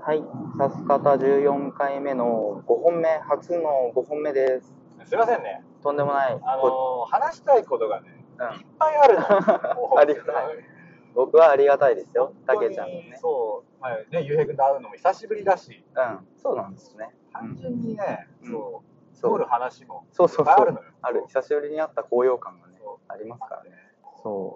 はい、さす方14回目の5本目、初の5本目です。 すいませんね。 とんでもない。 話したいことがね、いっぱいあるの。 ありがたい。僕はありがたいですよ、たけちゃんのね。 そう、まあね、ゆうへいくんと会うのも久しぶりだし。 そうなんですね。 単純にね、 そうる話もいっぱいあるのよ。 ある。久しぶりに会った高揚感がね、ありますからね。そう。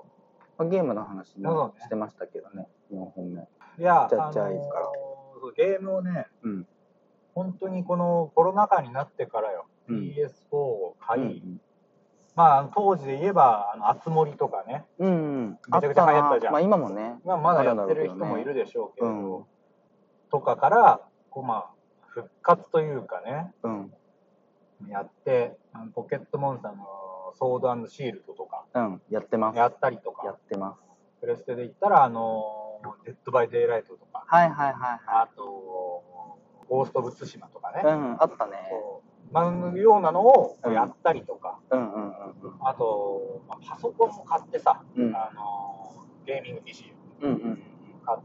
ゲームの話もしてましたけどね、4本目。 いや、 じゃあいいですから。 ゲームをね、本当にこのコロナ禍になってからよ、PS4 を買い、まあ当時で言えばあつ森とかね、めちゃくちゃ流行ったじゃん。 まあ今もね、 まだやってる人もいるでしょうけど、とかからまあ復活というかね、やって、ポケットモンスターのソード&シールドとか、 やってます。 やったりとか、 やってます。 プレステで言ったらデッドバイデイライトとか、あとゴースト・オブ・ツシマとかね、 あったね。 いうようなのをやったりとか、あと、パソコンも買ってさ、ゲーミング PC を買って、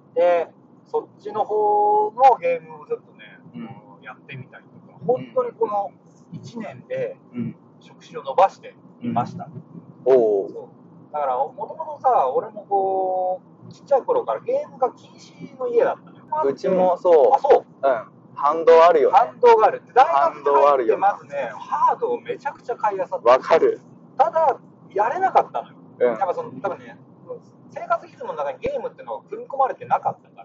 そっちの方のゲームをちょっとね、やってみたりとか、本当にこの1年で職種を伸ばしてみました。だから、もともとさ、俺もこう、ちっちゃい頃からゲームが禁止の家だったのよ。 うちもそう。 あ、そう。 反動あるよね。 反動がある。大学に入ってまずね、ハードをめちゃくちゃ買い漁った。 わかる。 ただ、やれなかったのよ。やっぱ多分ね、生活リズムの中にゲームっていうのが組み込まれてなかったから、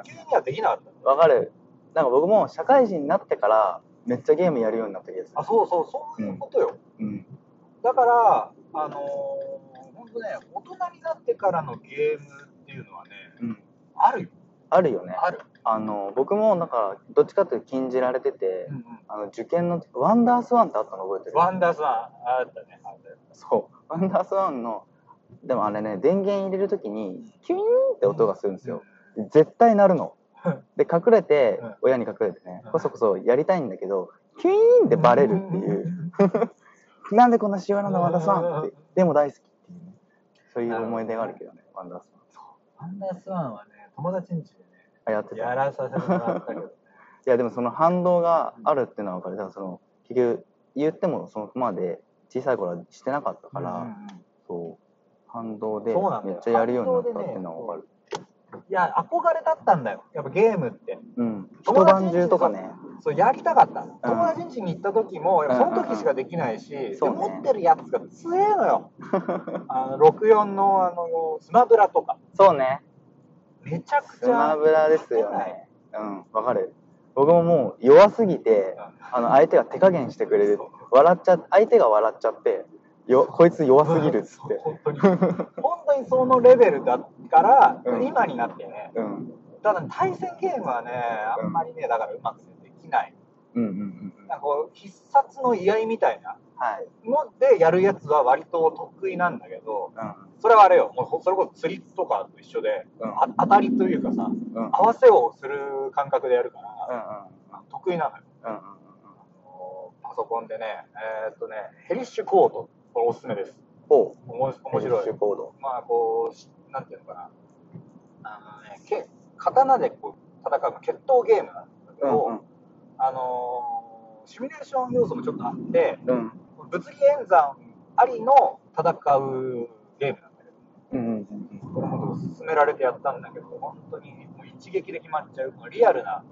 急にはできなかった。 わかる。なんか僕も社会人になってからめっちゃゲームやるようになった気がする。 あ、そういうことよ。だから、本当ね、大人になってからのゲームっていうのはね、あるよ。 あるよね。 ある。 僕もなんかどっちかっていうと禁じられてて、受験のワンダースワンってあったの覚えてる？ ワンダースワンあったね。 そう、ワンダースワンの、でもあれね、電源入れるときにキュイーンって音がするんですよ。絶対鳴るの。で隠れて、親に隠れてね、こそこそやりたいんだけど、キュイーンでバレるっていう。なんでこんな仕様なのワンダースワンって、でも大好きっていうね、そういう思い出があるけどね、ワンダースワン。ワンダースワンはね、友達ん家でね、 やらさせてもらったけどね。 いやでもその反動があるっていうのは分かる。だからその結局言ってもそのこまで小さい頃はしてなかったから、そう反動でめっちゃやるようになったっていうのは分かる。 いや憧れだったんだよ、やっぱゲームって。 一晩中とかね。 そうやりたかった。友達ん家に行った時もその時しかできないし、持ってるやつが強えのよ。64のスマブラとか。 そうね。 めちゃくちゃ。 スマブラですよね。わかる。僕ももう弱すぎて、相手が手加減してくれる。相手が笑っちゃって、こいつ弱すぎるっつって。 本当にそのレベルだから、今になってね。ただ対戦ゲームはね、あんまりね、だからうまくできない。なんかこう必殺の居合みたいなのでやるやつは割と得意なんだけど、それはあれよ、もうそれこそ釣りとかと一緒で、当たりというかさ、合わせをする感覚でやるから、得意なのよ。パソコンでね、ヘリッシュコード、これおすすめです。面白い。ヘリッシュコード。まあこう、なんていうのかな、刀でこう戦う決闘ゲームなんだけど、シミュレーション要素もちょっとあって、物理演算ありの戦うゲームなんだけど、これも勧められてやったんだけど、本当にもう一撃で決まっちゃう、リアルな、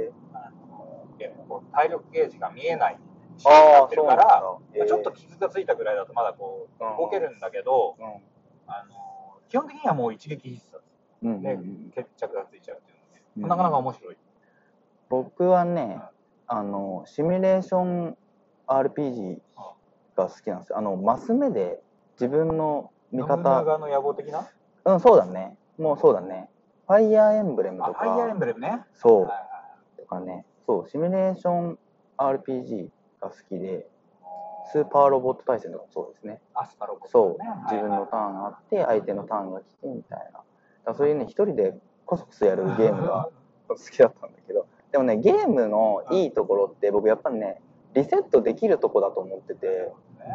体力ゲージが見えない仕様になってるから、ちょっと傷がついたぐらいだとまだこう動けるんだけど、基本的にはもう一撃必殺で決着がついちゃうっていうので、なかなか面白い。 僕はね、シミュレーション RPG が好きなんですよ。マス目で自分の味方。信長の野望的な？ そうだね。もうそうだね。ファイアーエンブレムとか。 ファイアーエンブレムね。 そう。とかね。そう、シミュレーション RPG が好きで、スーパーロボット対戦とかもそうですね。そう。自分のターンあって、相手のターンが来てみたいな。だからそういうね、一人でコソコソやるゲームが好きだったんだけど、でもね、ゲームのいいところって僕やっぱりね、リセットできるとこだと思ってて、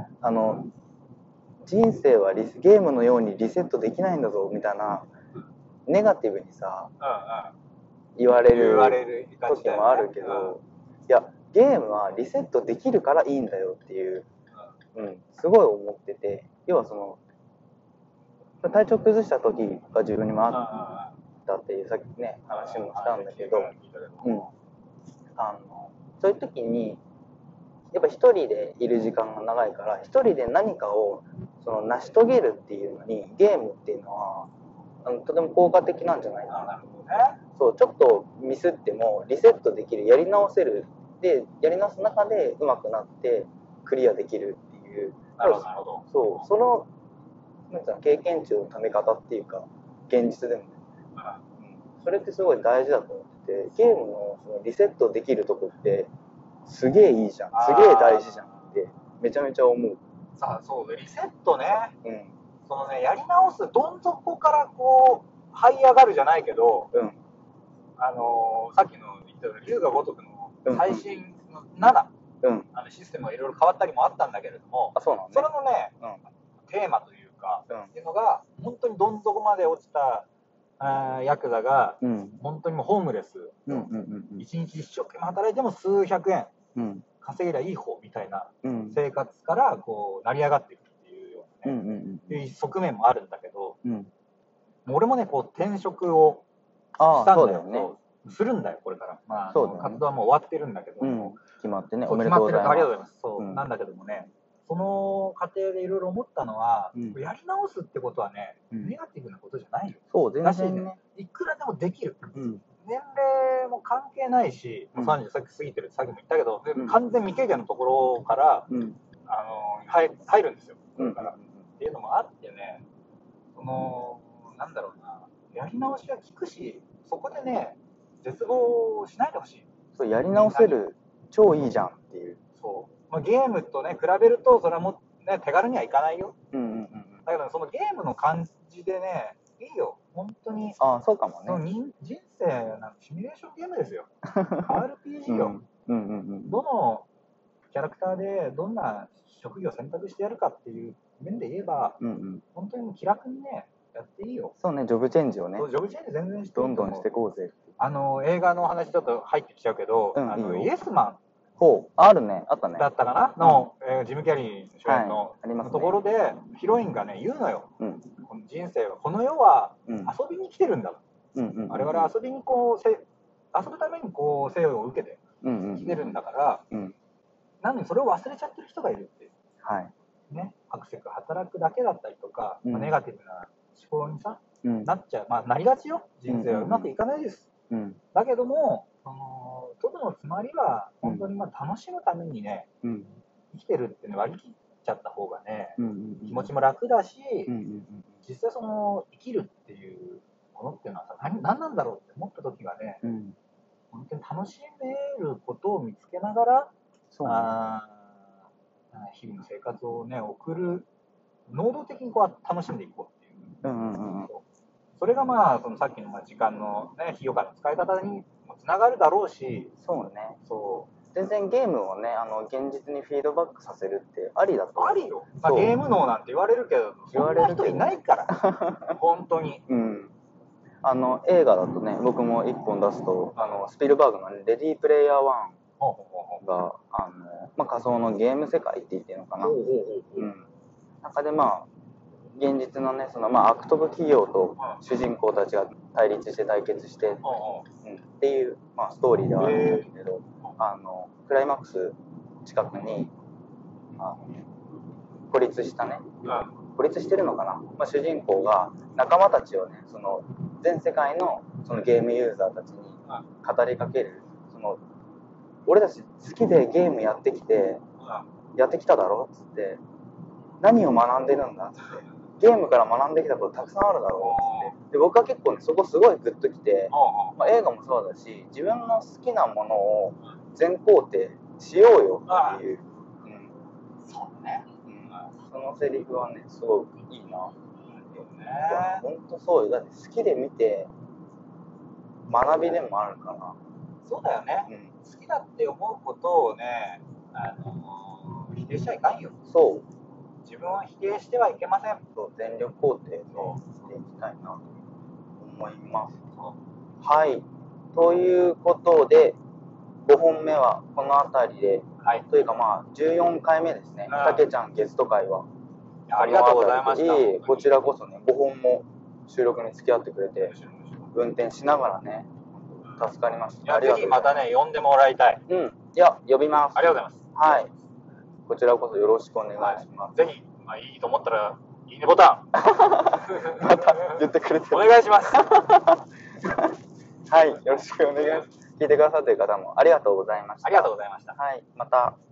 人生はゲームのようにリセットできないんだぞみたいなネガティブにさ言われる時もあるけど、いやゲームはリセットできるからいいんだよっていう、すごい思ってて、要はその体調崩した時が自分にもあったっていうさっきね話もしたんだけど、そういう時にやっぱ一人でいる時間が長いから、一人で何かをその成し遂げるっていうのにゲームっていうのはとても効果的なんじゃないかな。そう、ちょっとミスってもリセットできる、やり直せる、でやり直す中で上手くなってクリアできるっていう、そう、そのなんか経験値のため方っていうか現実でも、それってすごい大事だと思ってて、ゲームのそのリセットできるとこってすげえいいじゃん、すげえ大事じゃんってめちゃめちゃ思う。 さあ、そうリセットね、そのねやり直す、どん底からこう這い上がるじゃないけど、さっきの言った龍が如くの最新の7、システムがいろいろ変わったりもあったんだけれども、それのね、テーマというか、っていうのが本当にどん底まで落ちたヤクザが、本当にもうホームレス、一日一生懸命働いても数百円、稼げりゃいい方みたいな生活からこう成り上がっていくっていうようなね、いう側面もあるんだけど、俺もねこう転職をしたんだよ、するんだよこれから、まあ活動はもう終わってるんだけど、 決まってね、おめでとうございます。 ありがとうございます。そうなんだけどもね、その過程でいろいろ思ったのは、やり直すってことはね、ネガティブなことじゃないよ。 そう、全然ね、 いくらでもできる。年齢も関係ないし、30さっき過ぎてるってさっきも言ったけど、完全未経験のところから入るんですよ。これからっていうのもあってね、そのなんだろうな、やり直しは効くし、そこでね絶望しないでほしい。 そう、やり直せる超いいじゃんっていう。 そう、ゲームとね比べるとそれはもうね手軽にはいかないよ。だけどそのゲームの感じでねいいよ本当に。 そうかもね。 人生なんてシミュレーションゲームですよ。RPG よ。どのキャラクターでどんな職業を選択してやるかっていう面で言えば、本当に気楽にねやっていいよ。 そうね、ジョブチェンジをね、 ジョブチェンジ全然してどんどんしていこうぜ。 映画の話ちょっと入ってきちゃうけど、イエスマンあるね、あったね。 だったかなの、ジム・キャリー主演のところでヒロインがね言うのよ。人生はこの世は遊びに来てるんだ。我々遊びにこう遊ぶためにこう生を受けて来てるんだから、なのにそれを忘れちゃってる人がいるっていう。ね、アクセク働くだけだったりとか、ネガティブな思考にさ、なっちゃう、なりがちよ。人生はうまくいかないです。だけども、とどのつまりは本当に楽しむためにね、生きてるってね割り切っちゃった方がね、気持ちも楽だし、実際その生きるっていうものっていうのはさ、何なんだろうって思った時がね、本当に楽しめることを見つけながら、日々の生活をね送る、能動的にこう楽しんでいこうっていう、それがそのさっきの時間のね費用からの使い方にもつながるだろうし。 そうね。全然ゲームをね現実にフィードバックさせるってありだと思う。 ありよ。ゲーム脳なんて言われるけど、そんな人いないから本当に。 映画だとね、僕も1本出すとスピルバーグのレディープレイヤー1が仮想のゲーム世界って言ってるのかな。中で現実のね悪徳企業と主人公たちが対立して対決してっていうストーリーではあるんだけど、クライマックス近くに孤立したね、孤立してるのかな、主人公が仲間たちをね全世界のそのゲームユーザーたちに語りかける、俺たち好きでゲームやってきただろっつって、何を学んでるんだっつって、ゲームから学んできたことたくさんあるだろうっつって、で僕は結構ねそこすごいグッときて、映画もそうだし自分の好きなものを全肯定しようよっていう、 そうね、 そのセリフはねすごくいいな。本当そうよ。だって好きで見て学びでもあるから。 そうだよね、好きだって思うことをね否定しちゃいかんよ。そう、自分を否定してはいけません。 全力肯定していきたいなと思います。はい、 ということで、5本目はこの辺りで、はい、というかまあ14回目ですね。たけちゃんゲスト会は。 ありがとうございました。 こちらこそね、5本も収録に付き合ってくれて、運転しながらね、助かりました。 ぜひまたね、呼んでもらいたい。 うん。いや、呼びます。 ありがとうございます。 はい。こちらこそよろしくお願いします。 ぜひ、まあいいと思ったら、いいねボタン。 また言ってくれてお願いします。 はい、よろしくお願いします。聞いてくださっている方もありがとうございました。 ありがとうございました。 はい、また。